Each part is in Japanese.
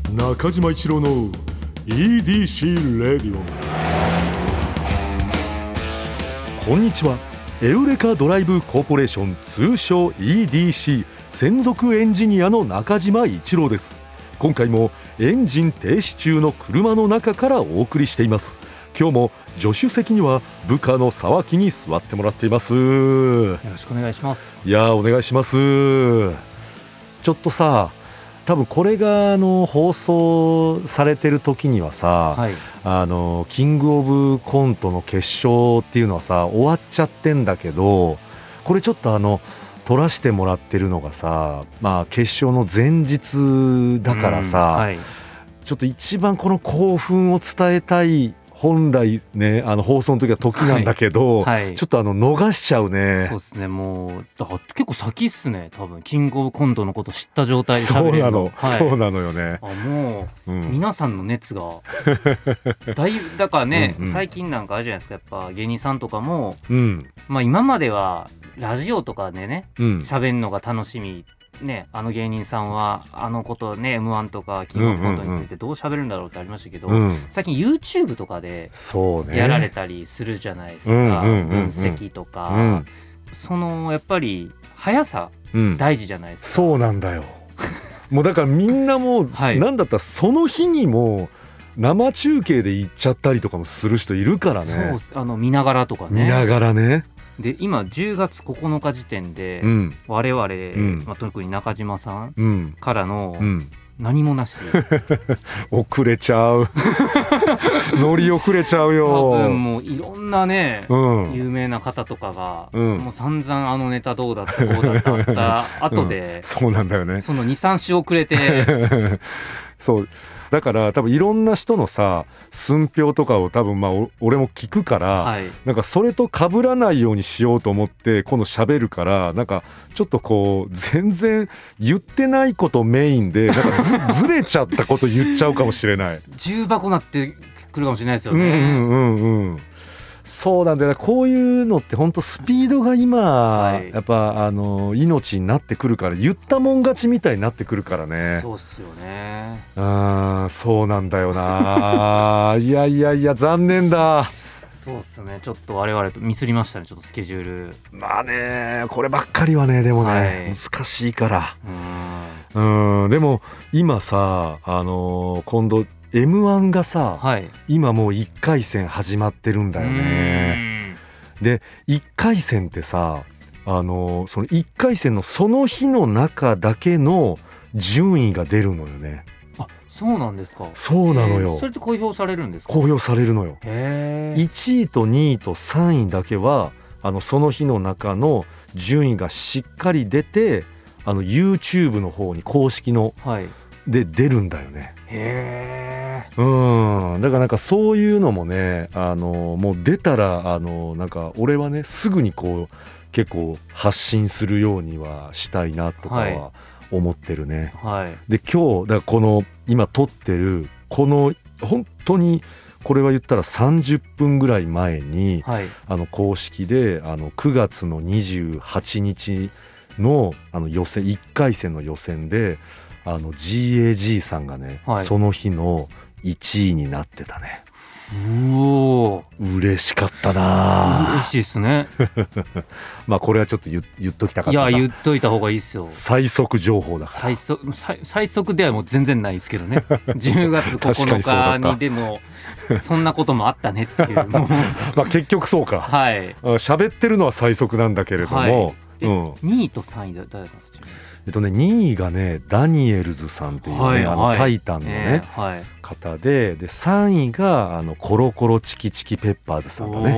中島一郎の EDC レディオ。こんにちは。エウレカドライブコーポレーション、通称 EDC 専属エンジニアの中島一郎です。今回もエンジン停止中の車の中からお送りしています。今日も助手席には部下の沢木に座ってもらっています。よろしくお願いします。 いやお願いします。ちょっとさ、多分これが放送されてる時にはさ、はい、キングオブコントの決勝っていうのはさ終わっちゃってんだけど、これちょっと撮らせてもらってるのがさ、決勝の前日だからさ、はい、ちょっと一番この興奮を伝えたい本来ね、放送の時は時なんだけど、はいはい、ちょっと逃しちゃうね。 そうですね。もう結構先っすね。多分キングオブコントのこと知った状態で喋れるの。 そうなのよね。 もう、皆さんの熱がだいぶだからね、最近なんかあるじゃないですか。やっぱ芸人さんとかも、今まではラジオとかでね喋るのが楽しみね、芸人さんはことね M1 とかキングオブコントについてどう喋るんだろうってありましたけど、最近 YouTube とかでやられたりするじゃないですか。分析とか、やっぱり速さ大事じゃないですか。 そうなんだよ。もうだからみんなもう、なんだったらその日にも生中継で行っちゃったりとかもする人いるからね。 そう見ながらとかね。 見ながらね。 で今10月9日時点で、我々、特に中島さんからの何もなし、 遅れちゃう乗り遅れちゃうよ。 多分もういろんなね、有名な方とかが、もう散々ネタどうだったこうだった後で、 そうなんだよね。 その 2,3 週遅れてそうだから多分いろんな人のさ寸評とかを多分俺も聞くから、なんかそれと被らないようにしようと思って今度喋るから、なんかちょっとこう全然言ってないことメインでなんかずれちゃったこと言っちゃうかもしれない。 重箱になってくるかもしれないですよね。 そうなんだよ。こういうのって本当スピードが今、やっぱ命になってくるから、言ったもん勝ちみたいになってくるからね。 そうっすよね。 そうなんだよな。いや残念だ。 そうっすね。ちょっと我々とミスりましたね。ちょっとスケジュール。 こればっかりはね、でもね、難しいから。でも今さ、今度M1 がさ、今もう1回戦始まってるんだよね。で1回戦ってさ、その1回戦のその日の中だけの順位が出るのよね。 あ、そうなんですか。 そうなのよ。 それって公表されるんですか。 公表されるのよ。1位と2位と3位だけはその日の中の順位がしっかり出て、YouTube の方に公式の、で出るんだよね。だからなんかそういうのもね、もう出たらなんか俺はねすぐにこう結構発信するようにはしたいなとかは思ってるね。で今日だからこの今撮ってるこの本当にこれは言ったら30分ぐらい前に、公式で9月の28日の予選1回戦の予選でGAG さんがね、その日の1位になってたね。嬉しかったな。 嬉しいですね。 これはちょっと言っときたかったな。 いや言っといた方がいいですよ。 最速情報だから。 最速ではもう全然ないですけどね。10月9日にでもそんなこともあったねっていう。 結局そうか。喋ってるのは最速なんだけれども、 2位と3位誰なんですか。 2位がねダニエルズさんっていうね、タイタンのね、方で3位がコロコロチキチキペッパーズさんだね。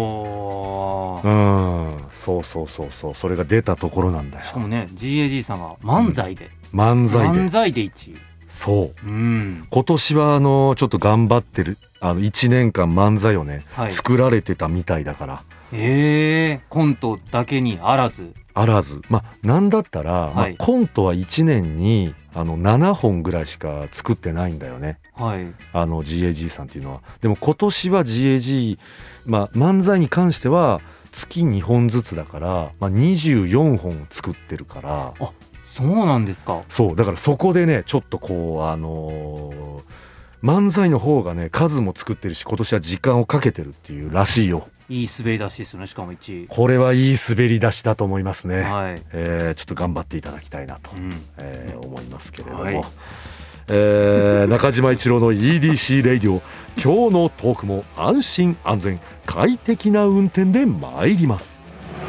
そうそれが出たところなんだよ。 しかもね GAG さんが漫才で1位。 そう、今年はちょっと頑張ってる1年間漫才をね、作られてたみたいだから。 コントだけにあらずなんだったら、コントは1年に7本ぐらいしか作ってないんだよね、GAG さんっていうのは。でも今年は GAG、漫才に関しては月2本ずつだから、24本作ってるから。 そうなんですか。 そうだからそこでねちょっとこう漫才の方がね数も作ってるし今年は時間をかけてるっていうらしいよ。 いい滑り出しですよね。しかも1位これはいい滑り出しだと思いますね、 はい。 ちょっと頑張っていただきたいなと、思いますけれども、 はい、 中島一郎の EDC レイディオ、今日のトークも安心安全快適な運転で参ります。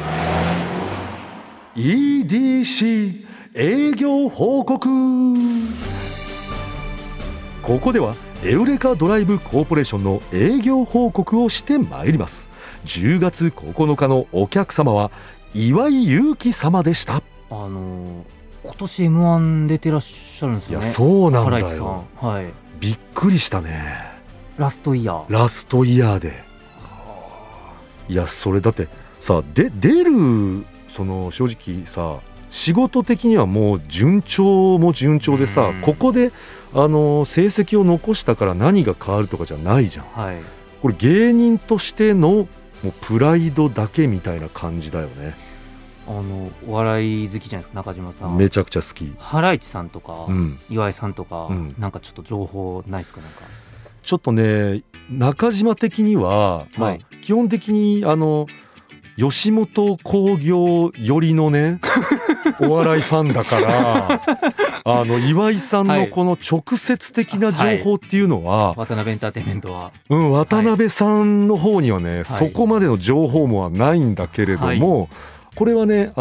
EDC 営業報告。ここではエウレカドライブコーポレーションの営業報告をしてまいります。10月9日のお客様は岩井勇気様でした。 今年 M1 出てらっしゃるんですよね。 いやそうなんだよ、 はい、 びっくりしたね。 ラストイヤー。 ラストイヤーで、いやそれだってさ出るその正直さ仕事的にはもう順調も順調でさ、ここで成績を残したから何が変わるとかじゃないじゃん、はい、これ芸人としてのもうプライドだけみたいな感じだよね。 お笑い好きじゃないですか中島さん。 めちゃくちゃ好き。 ハライチさんとか、岩井さんとか、なんかちょっと情報ないですか。なんかちょっとね中島的には、基本的に吉本興業寄りのねお笑いファンだから岩井さんのこの直接的な情報っていうのは、 渡辺エンターテインメントは、 渡辺さんの方にはね、そこまでの情報もはないんだけれども、これはね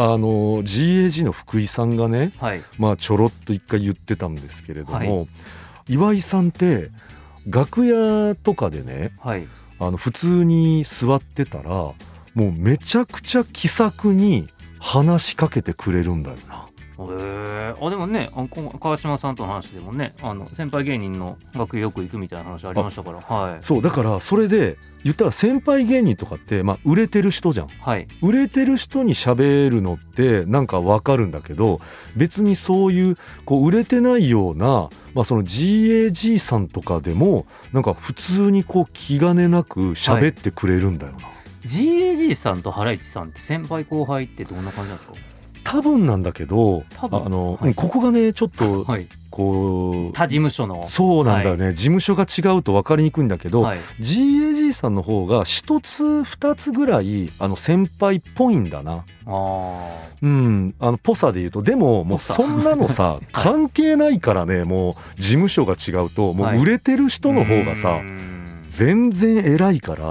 GAG の福井さんがね、ちょろっと一回言ってたんですけれども、岩井さんって楽屋とかでね、普通に座ってたらもうめちゃくちゃ気さくに話しかけてくれるんだよな。 でもね川島さんとの話でもね先輩芸人の楽屋よく行くみたいな話ありましたから、 そうだからそれで言ったら先輩芸人とかって、売れてる人じゃん、売れてる人に喋るのってなんか分かるんだけど、別にそういう売れてないような、その GAG さんとかでもなんか普通に気兼ねなく喋ってくれるんだよな、 GAG さんとハライチさんって先輩後輩ってどんな感じなんですか。 多分なんだけどここがねちょっと他事務所のそうなんだよね、事務所が違うと分かりにくいんだけど、GAG さんの方が一つ二つぐらい先輩っぽいんだな。ぽさで言うとでももうそんなのさ関係ないからね、もう事務所が違うともう売れてる人の方がさ全然偉いから、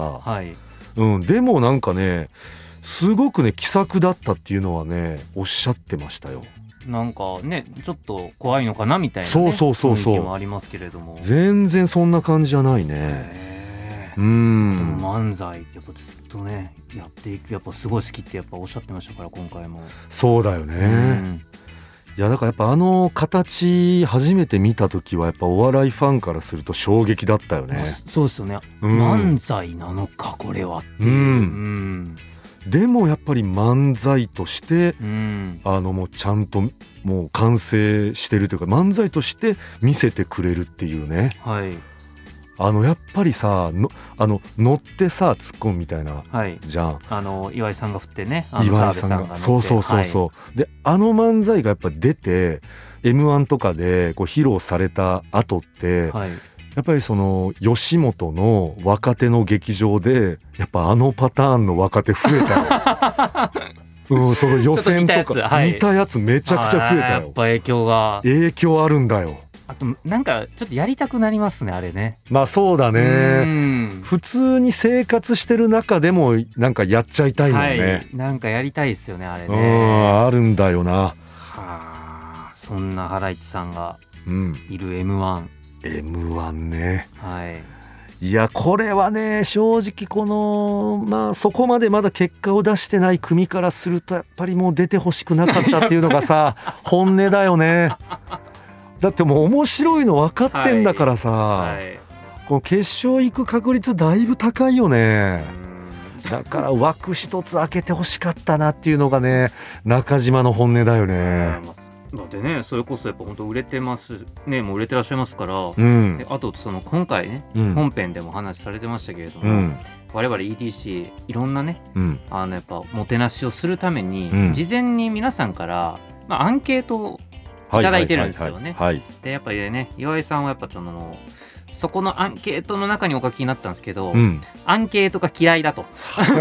でもなんかねすごくね気さくだったっていうのはねおっしゃってましたよ。 なんかねちょっと怖いのかなみたいな、 雰囲気もありますけれども、 全然そんな感じじゃないね。 でも漫才ってやっぱずっとねやっていく、やっぱすごい好きってやっぱおっしゃってましたから今回も。 そうだよね、いやだからやっぱ形初めて見た時はやっぱお笑いファンからすると衝撃だったよね。 そうですよね、漫才なのかこれはっていう、 でもやっぱり漫才として、もうちゃんともう完成してるというか漫才として見せてくれるっていうね、やっぱりさ乗ってさ突っ込むみたいな、じゃん岩井さんが振ってね岩井さんがそう、で漫才がやっぱ出て M1 とかで披露された後って、やっぱりその吉本の若手の劇場でやっぱパターンの若手増えたよその予選とか似たやつめちゃくちゃ増えたよ。 やっぱ影響あるんだよ。 あとなんかちょっとやりたくなりますねあれね。 そうだね、普通に生活してる中でもなんかやっちゃいたいもんね、 なんかやりたいですよねあれね。 あるんだよな。 そんなハライチさんがいる M1 ね、いやこれはね正直このそこまでまだ結果を出してない組からするとやっぱりもう出てほしくなかったっていうのがさ本音だよね。だってもう面白いの分かってんだからさ、この決勝行く確率だいぶ高いよね。だから枠一つ開けてほしかったなっていうのがね中島の本音だよね。 だってねそれこそやっぱ本当売れてますね、もう売れてらっしゃいますから、であとその今回ね、本編でも話されてましたけれども、我々 ETC いろんなね、やっぱもてなしをするために、事前に皆さんからアンケートをいただいてるんですよね。でやっぱりね、岩井さんはやっぱそこのアンケートの中にお書きになったんですけど、アンケートが嫌いだと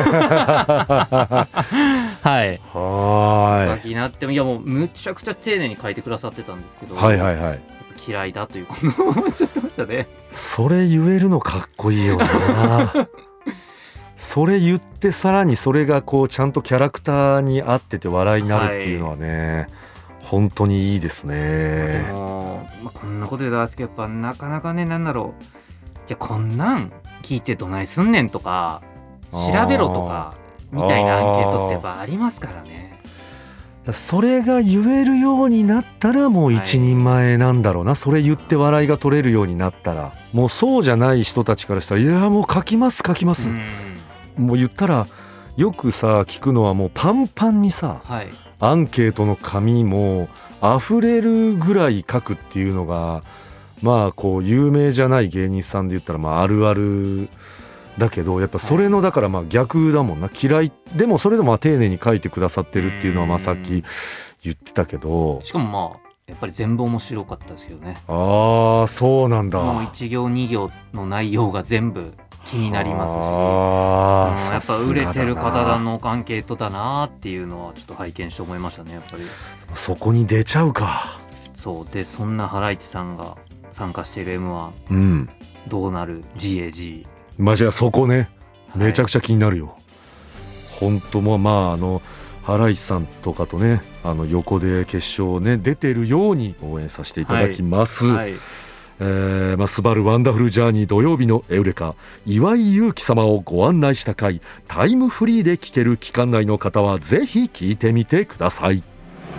はいお書きになっても、いやもうむちゃくちゃ丁寧に書いてくださってたんですけど、嫌いだということをおっしゃってましたね。 それ言えるのかっこいいよなそれ言ってさらにそれがこうちゃんとキャラクターに合ってて笑いになるっていうのはね、本当にいいですね。 でも、こんなこと言うとですけど、やっぱなかなかね、なんだろう、いやこんなん聞いてどないすんねんとか調べろとかみたいなアンケートってやっぱありますからね。 それが言えるようになったらもう一人前なんだろうな、それ言って笑いが取れるようになったら。もうそうじゃない人たちからしたら、いやもう書きます、もう言ったらよくさ聞くのは、もうパンパンにさ、アンケートの紙も溢れるぐらい書くっていうのが、まあこう有名じゃない芸人さんで言ったらまああるあるだけど、やっぱそれのだからまあ逆だもんな。嫌いでもそれでも丁寧に書いてくださってるっていうのはまあさっき言ってたけど、 しかもまあやっぱり全部面白かったですけどね。 ああそうなんだ。 もう1行2行の内容が全部気になりますし、やっぱ売れてる方のアンケートだなっていうのはちょっと拝見して思いましたね。やっぱりそこに出ちゃうか。 そうで、そんなハライチさんが参加している M1、 どうなる GAG、 まあじゃあそこね、めちゃくちゃ気になるよ。本当もまあハライチさんとかとね、横で決勝ね出てるように応援させていただきます。スバルワンダフルジャーニー土曜日のエウレカ、岩井勇気様をご案内した回、タイムフリーで聞ける期間内の方はぜひ聞いてみてください。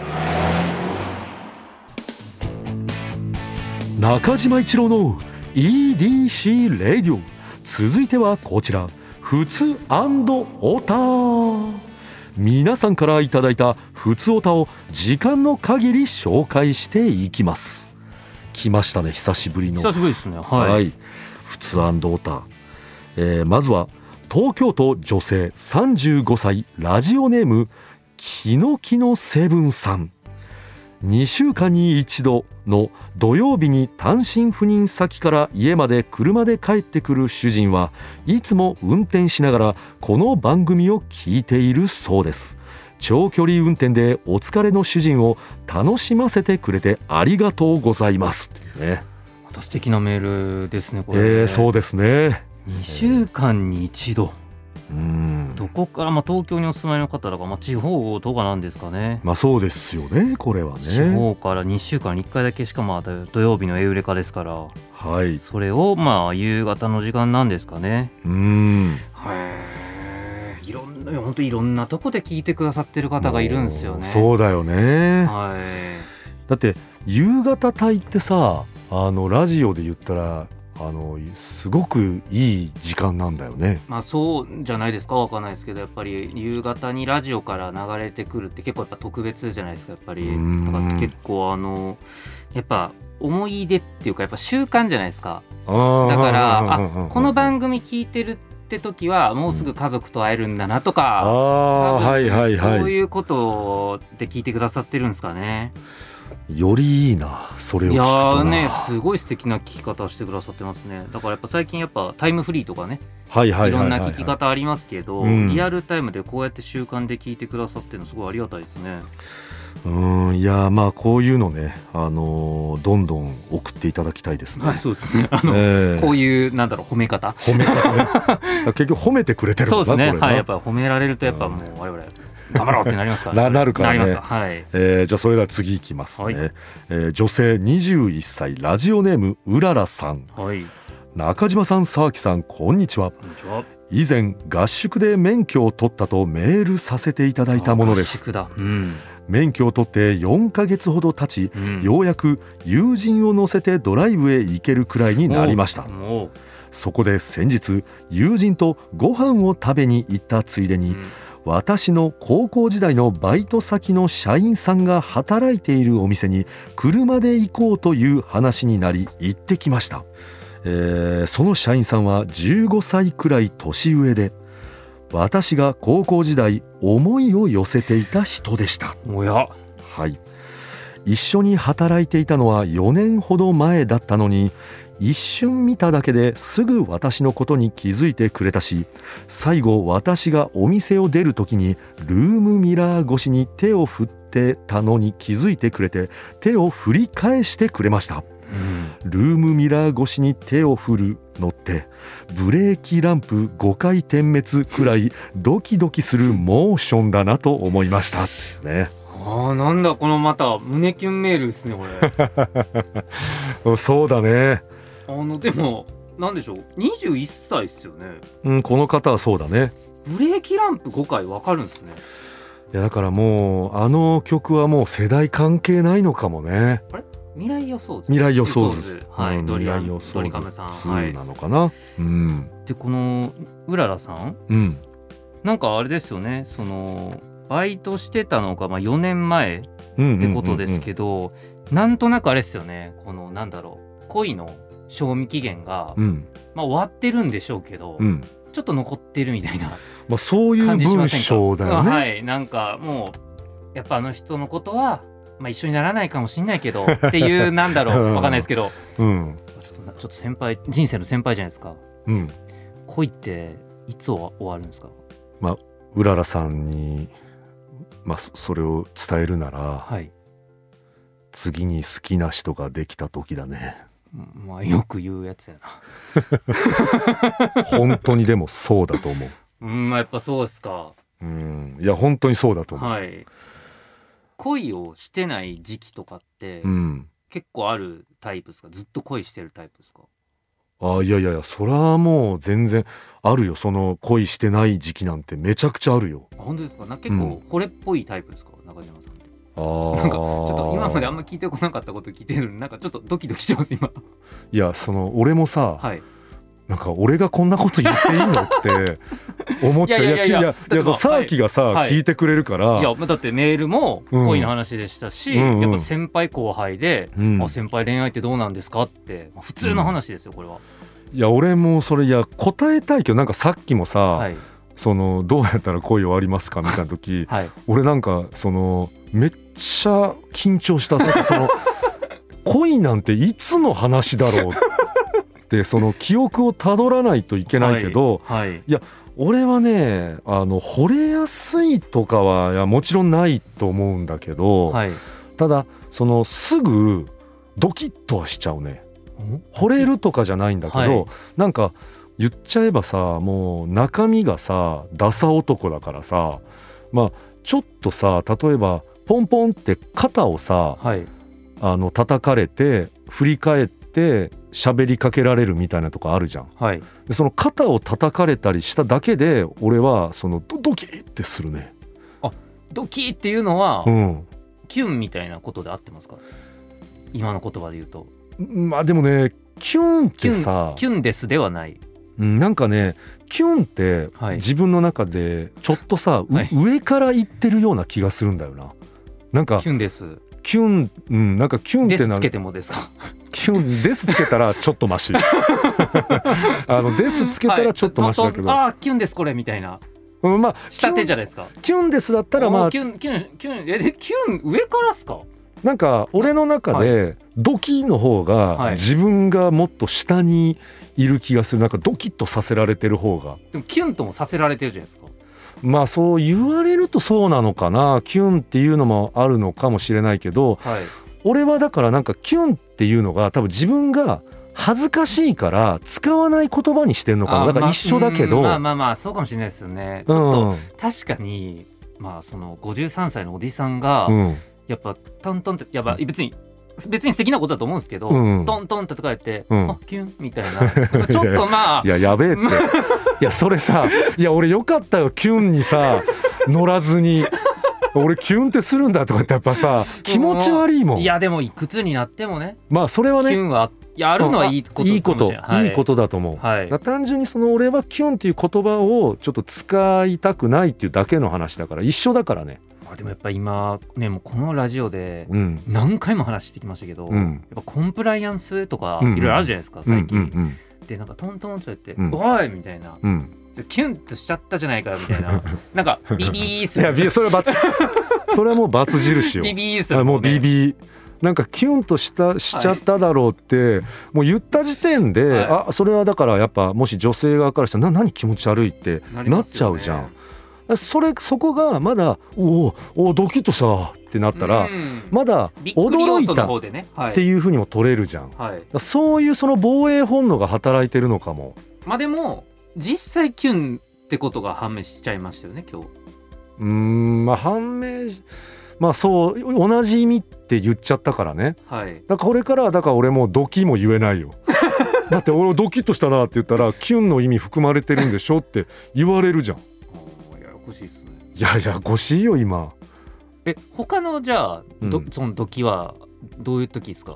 中島一郎の EDC レディオ、続いてはこちら、ふつおた。皆さんからいただいたふつおたを時間の限り紹介していきます。来ましたね、久しぶりの。 久しぶりですね。 ふつおた、まずは東京都女性35歳ラジオネームキノキノセブンさん。2週間に一度の土曜日に単身赴任先から家まで車で帰ってくる主人はいつも運転しながらこの番組を聞いているそうです。長距離運転でお疲れの主人を楽しませてくれてありがとうございますっていうね。 また素敵なメールですねこれね。 そうですね。 2週間に一度、どこから、東京にお住まいの方だから、地方とかなんですかね。 そうですよね、これはね。 地方から2週間に1回だけしか土曜日のエウレカですから、それを夕方の時間なんですかね。本当いろんなとこで聞いてくださってる方がいるんですよね。 そうだよね。だって夕方帯ってさ、ラジオで言ったらすごくいい時間なんだよね。 そうじゃないですか、わかんないですけど、やっぱり夕方にラジオから流れてくるって結構やっぱ特別じゃないですか。やっぱりだから結構やっぱ思い出っていうかやっぱ習慣じゃないですか。だからこの番組聞いてるって時はもうすぐ家族と会えるんだなとか、そういうことで聞いてくださってるんですかね。 よりいいな、それを聞くとな。 すごい素敵な聞き方をしてくださってますね。だからやっぱ最近やっぱタイムフリーとかね、いろんな聞き方ありますけど、リアルタイムでこうやって習慣で聞いてくださってるのすごいありがたいですね。 いやこういうのね、どんどん送っていただきたいですね。 そうですね。こういう褒め方ね結局褒めてくれてるんだな。 そうですね。やっぱ褒められるとやっぱもう我々頑張ろうってなりますからなるからね。じゃあそれでは次いきますね。女性21歳ラジオネームうららさん。中島さん、沢木さん、こんにちは。以前合宿で免許を取ったとメールさせていただいたものです。免許を取って4ヶ月ほど経ち、ようやく友人を乗せてドライブへ行けるくらいになりました。そこで先日友人とご飯を食べに行ったついでに、私の高校時代のバイト先の社員さんが働いているお店に車で行こうという話になり行ってきました。その社員さんは15歳くらい年上で、私が高校時代思いを寄せていた人でした。 一緒に働いていたのは4年ほど前だったのに、一瞬見ただけですぐ私のことに気づいてくれたし、最後私がお店を出る時にルームミラー越しに手を振ってたのに気づいてくれて、手を振り返してくれました。ルームミラー越しに手を振るのってブレーキランプ5回点滅くらいドキドキするモーションだなと思いましたね。 なんだこのまた胸キュンメールですねこれそうだね。 でもなんでしょう、21歳ですよね。 この方はそうだね。 ブレーキランプ5回わかるんですね。 いやだからもうあの曲はもう世代関係ないのかもね。 あれ未来予想図、 未来予想図、 はい、 未来予想図2なのかな、 はい、でこのうららさん、なんかあれですよね、そのバイトしてたのが4年前ってことですけど、なんとなくあれですよね、このなんだろう、恋の賞味期限が、終わってるんでしょうけど、ちょっと残ってるみたいな、 そういう文章だよね。 はい、なんかもうやっぱあの人のことは一緒にならないかもしれないけどっていうなんだろうわかんないですけど、ちょっと先輩、人生の先輩じゃないですか。恋っていつ終わるんですか？ うららさんに、それを伝えるなら、次に好きな人ができた時だね。 よく言うやつやな本当にでもそうだと思う。 やっぱそうですか。 いや本当にそうだと思う。 恋をしてない時期とかって、結構あるタイプですか？ずっと恋してるタイプですか？ いやそれはもう全然あるよ。その恋してない時期なんてめちゃくちゃあるよ。 本当ですか？結構惚れっぽいタイプですか、中島さんって。なんかちょっと今まであんま聞いてこなかったこと聞いてるのに、なんかちょっとドキドキしてます今。 いや俺もさ、なんか俺がこんなこと言っていいのって思っちゃう。いやさあきがさ、聞いてくれるから。 いやだってメールも恋の話でしたし、やっぱ先輩後輩で、先輩恋愛ってどうなんですかって普通の話ですよこれは。 いや俺もそれ答えたいけど、なんかさっきもさ、そのどうやったら恋終わりますかみたいな時、俺なんかめっちゃ緊張した。その恋なんていつの話だろうってその記憶をたどらないといけないけど、いや俺はね惚れやすいとかはもちろんないと思うんだけど、ただすぐドキッとはしちゃうね。惚れるとかじゃないんだけど、なんか言っちゃえばさ、もう中身がさダサ男だからさ、ちょっとさ例えばポンポンって肩をさ、叩かれて振り返って喋りかけられるみたいなとこあるじゃん。でその肩を叩かれたりしただけで俺はドキッってするね。 ドキッっていうのは、キュンみたいなことで合ってますか？今の言葉で言うと。 でもね、キュンってさ、 キュンですではない。 なんかね、キュンって自分の中でちょっとさ、上から言ってるような気がするんだよな。なんかキュンです。 キュン、なんかキュンってですつけてもですか？ キュンですつけたらちょっとマシ。ですつけたらちょっとマシだけど、 キュンですこれみたいな。 下手じゃないですか。 キュンですだったらキュン上からっすか？ なんか俺の中でドキの方が自分がもっと下にいる気がする。なんかドキッとさせられてる方が。 でもキュンともさせられてるじゃないですか。 そう言われるとそうなのかな。キュンっていうのもあるのかもしれないけど、俺はだからなんかキュンっていうのが多分自分が恥ずかしいから使わない言葉にしてんのかな。だから一緒だけど、 そうかもしれないですよね。ちょっと確かにその53歳のおじさんが、やっぱトントンってやっぱ別に素敵なことだと思うんですけど、トントンって叩かれて、キュンみたいな、ちょっといややべえっていやそれさ、いや俺よかったよキュンにさ乗らずに俺キュンってするんだとかってやっぱさ気持ち悪いもん。 いやでもいくつになってもね、 それはね、 キュンはやるのはいいこといいことだと思う。単純に俺はキュンっていう言葉をちょっと使いたくないっていうだけの話だから、一緒だからね。 でもやっぱ今ね、もうこのラジオで何回も話してきましたけど、やっぱコンプライアンスとかいろいろあるじゃないですか最近。でなんかトントンって言って、おいみたいな、キュンとしちゃったじゃないかみたいな、なんかビビーする。 いやそれはそれはもう×印よ。 ビビーするもんね。 もうビビなんかキュンとしちゃっただろうって、もう言った時点で、それはだからやっぱもし女性側からしたら何気持ち悪いってなっちゃうじゃん。そこがまだおドキッとしたってなったら、まだ驚いたっていうふうにも取れるじゃん。そういうその防衛本能が働いてるのかも。 まあでも実際キュンってことが判明しちゃいましたよね今日。 まあ判明、まあそう同じ意味って言っちゃったからね。だからこれからはだから俺もうドキも言えないよ。だって俺ドキッとしたなって言ったらキュンの意味含まれてるんでしょって言われるじゃん。 ややこしいっすね。 いややこしいよ今。 他のじゃあそのドキはどういう時ですか？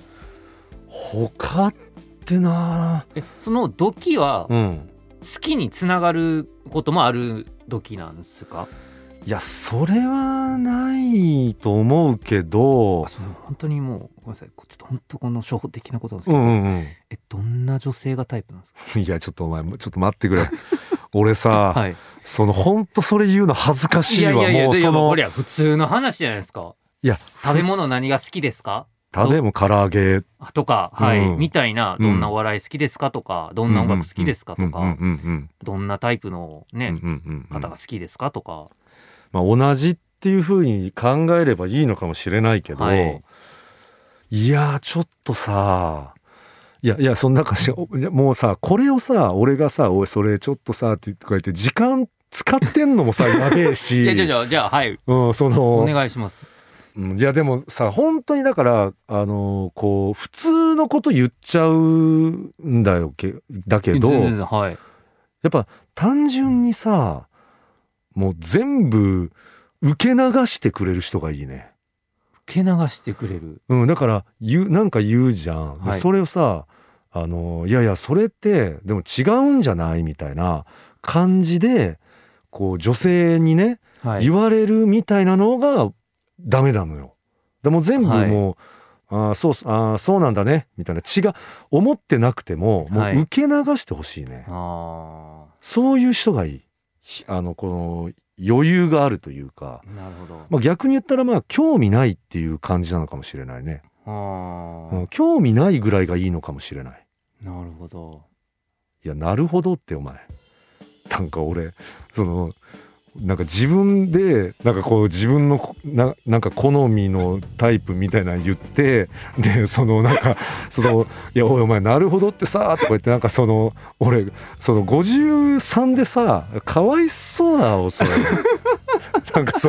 他ってな、 そのドキは好きにつながることもあるドキなんですか？ いやそれはないと思うけど、 本当にもうごめんなさい、ちょっと本当この初歩的なことなんですけど、どんな女性がタイプなんですか？ いやちょっとお前ちょっと待ってくれ。俺さ、その本当それ言うの恥ずかしいわ。もうそのこれは普通の話じゃないですか。 いや食べ物何が好きですか？ 唐揚げとか、みたいな、どんなお笑い好きですかとか、どんな音楽好きですかとか、どんなタイプのね方が好きですかとか、 まあ同じっていう風に考えればいいのかもしれないけど、いやちょっとさ、いやそんなもうさこれをさ俺がさおいそれちょっとさって言って時間使ってんのもさやべえし。 じゃあお願いします。 いやでもさ本当にだからこう普通のこと言っちゃうんだけど、やっぱ単純にさもう全部受け流してくれる人がいいね。 受け流してくれる。 だからなんか言うじゃん。でそれをさいやそれってでも違うんじゃないみたいな感じでこう女性にね、言われるみたいなのがダメなのよ。でも全部もう、そうなんだねみたいな思ってなくてももう受け流してほしいね。そういう人がいい。この余裕があるというか。 なるほど。 まあ、逆に言ったらまあ興味ないっていう感じなのかもしれないね。興味ないぐらいがいいのかもしれない。 なるほど。 いやなるほどってお前なんか俺なんか自分でなんかこう自分のなんか好みのタイプみたいなの言って、でなんかいやお前なるほどってさとか言ってなんか俺53でさかわいそうなのそれ。なんか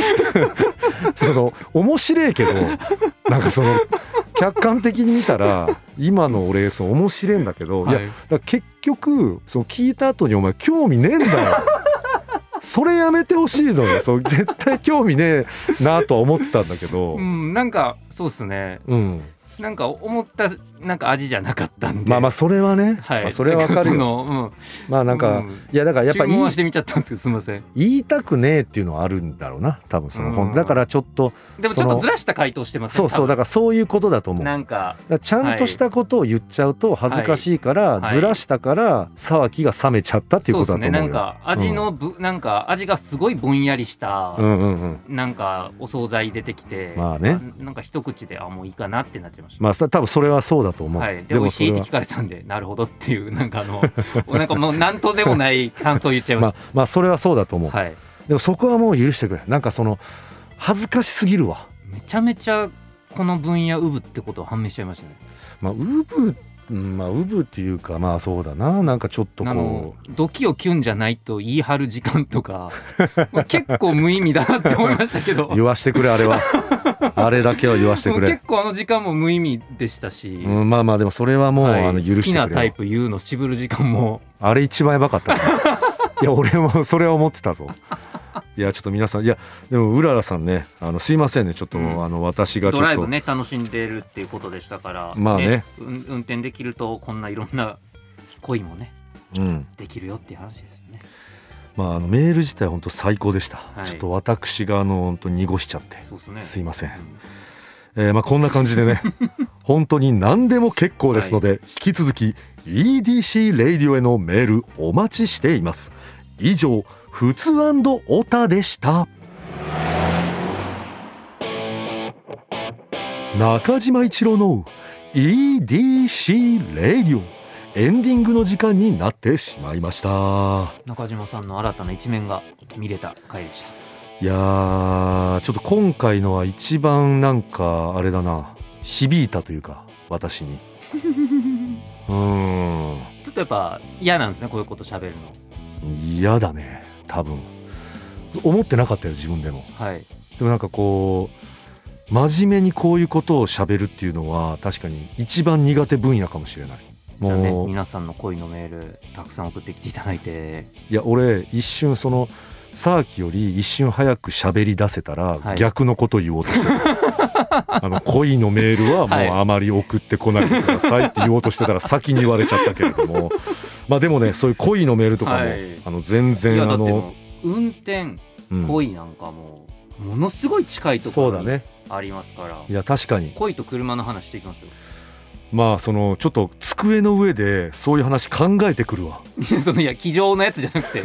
面白いけどなんか客観的に見たら今の俺面白いんだけど、いやだ結局聞いた後にお前興味ねえんだよ。それやめてほしいのよ。絶対興味ねえなとは思ってたんだけど、 なんかそうっすね。なんか思ったなんか味じゃなかったんで、 まあそれはね、それはわかるよ。まあなんか、いやだからやっぱ注文はしてみちゃったんですけどすみません。 言いたくねえっていうのはあるんだろうな多分だからちょっとでもちょっとずらした回答してますね。そうだからそういうことだと思う。 なんかちゃんとしたことを言っちゃうと恥ずかしいから、ずらしたから騒ぎが冷めちゃったっていうことだと思うよ。 なんか味のなんか味がすごいぼんやりしたなんかお惣菜出てきて、 まあね、 なんか一口でもういいかなってなっちゃいました。 まあ多分それはそうだと思う。 で美味しいって聞かれたんでなるほどっていうなんかなんかもう何とでもない感想言っちゃいました。 まあそれはそうだと思う。でもそこはもう許してくれ。なんか恥ずかしすぎるわ。 めちゃめちゃこの分野ウブってことは判明しちゃいましたね。 ウブっていうかまあそうだな、なんかちょっとこうドキをキュンじゃないと言い張る時間とか結構無意味だなって思いましたけど言わしてくれあれはあれだけは言わしてくれ。 結構時間も無意味でしたし、 まあでもそれはもう、許してくれ。 好きなタイプ言うの渋る時間もあれ一番やばかったいや俺もそれは思ってたぞ。いやちょっと皆さん、いやでもうららさんねすいませんねちょっと、私がちょっとドライブね楽しんでるっていうことでしたから、 まあね運転できるとこんないろんな恋もね、できるよっていう話ですよね。 まあメール自体本当最高でした。ちょっと私が本当濁しちゃって、すいません。まあこんな感じでね本当に何でも結構ですので、引き続き EDC レイディオへのメールお待ちしています。以上ふつ&オタでした。 中島一郎の EDC レディオ、エンディングの時間になってしまいました。 中島さんの新たな一面が見れた回でした。 いやー、ちょっと今回のは一番なんかあれだな、響いたというか私にちょっとやっぱ嫌なんですね、こういうこと喋るの。 嫌だね、多分思ってなかったよ自分でも、 はい、 でもなんかこう真面目にこういうことを喋るっていうのは確かに一番苦手分野かもしれない。 じゃあね、皆さんの恋のメールたくさん送ってきていただいて。 いや俺一瞬そのサーキより一瞬早く喋り出せたら逆のこと言おうとしてた、恋のメールはもうあまり送ってこないでくださいって言おうとしてたら先に言われちゃったけれどもまあでもね、そういう恋のメールとかも、全然だって運転、恋なんかもものすごい近いところにありますから、 いや確かに恋と車の話していきましょう。 まあそのちょっと机の上でそういう話考えてくるわいや机上のやつじゃなくて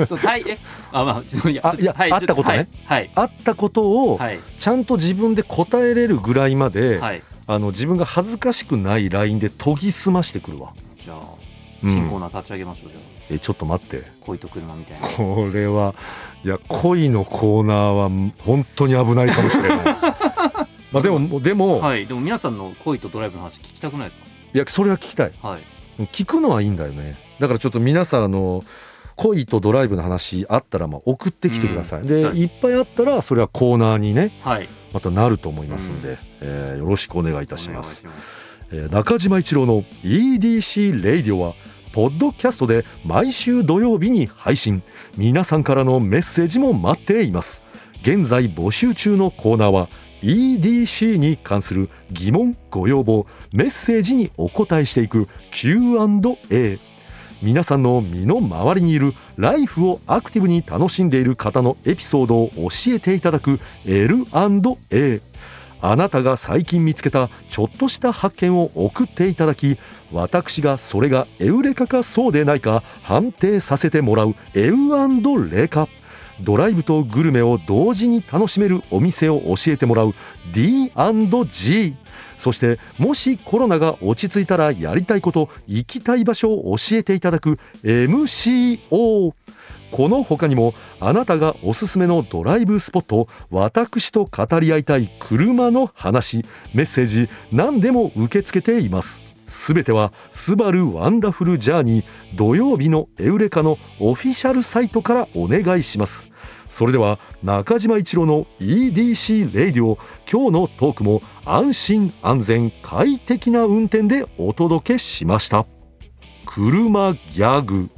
あったことね、あったことをちゃんと自分で答えれるぐらいまで、自分が恥ずかしくないラインで研ぎ澄ましてくるわ。 じゃあ新コーナー立ち上げましょう。じゃあちょっと待って、 恋と車みたいな。 これはいや恋のコーナーは本当に危ないかもしれないまあでも、でも皆さんの恋とドライブの話聞きたくないですか？ いやそれは聞きたい、聞くのはいいんだよね。だからちょっと皆さん恋とドライブの話あったら送ってきてください、でいっぱいあったらそれはコーナーにね、またなると思いますんで、よろしくお願いいたします。中島一郎の EDC レイディオはポッドキャストで毎週土曜日に配信。皆さんからのメッセージも待っています。現在募集中のコーナーはEDC に関する疑問ご要望メッセージにお答えしていく Q&A。 皆さんの身の回りにいるライフをアクティブに楽しんでいる方のエピソードを教えていただく L&A。 あなたが最近見つけたちょっとした発見を送っていただき、私がそれがエウレカかそうでないか判定させてもらうエウ&レカ。ドライブとグルメを同時に楽しめるお店を教えてもらう D&G。 そしてもしコロナが落ち着いたらやりたいこと、行きたい場所を教えていただく MCO。 この他にもあなたがおすすめのドライブスポット、私と語り合いたい車の話、メッセージ何でも受け付けています。すべてはスバルワンダフルジャーニー土曜日のエウレカのオフィシャルサイトからお願いします。それでは中島一郎の EDC レイディオ、今日のトークも安心安全快適な運転でお届けしました。車ギャグ。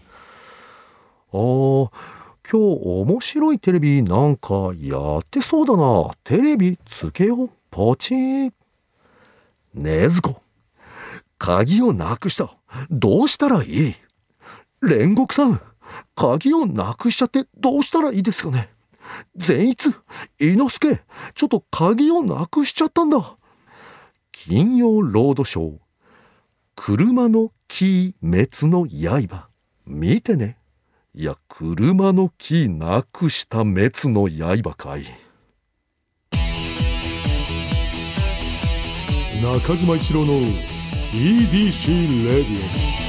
今日面白いテレビなんかやってそうだな。テレビつけよう。ポチー。ねずこ、鍵をなくした。どうしたらいい？煉獄さん、鍵をなくしちゃってどうしたらいいですかね？善逸、伊之助、ちょっと鍵をなくしちゃったんだ。金曜ロードショー、車のキー滅の刃。見てね。いや、車のキーなくした滅の刃かい。中島一郎の EDC レディオ。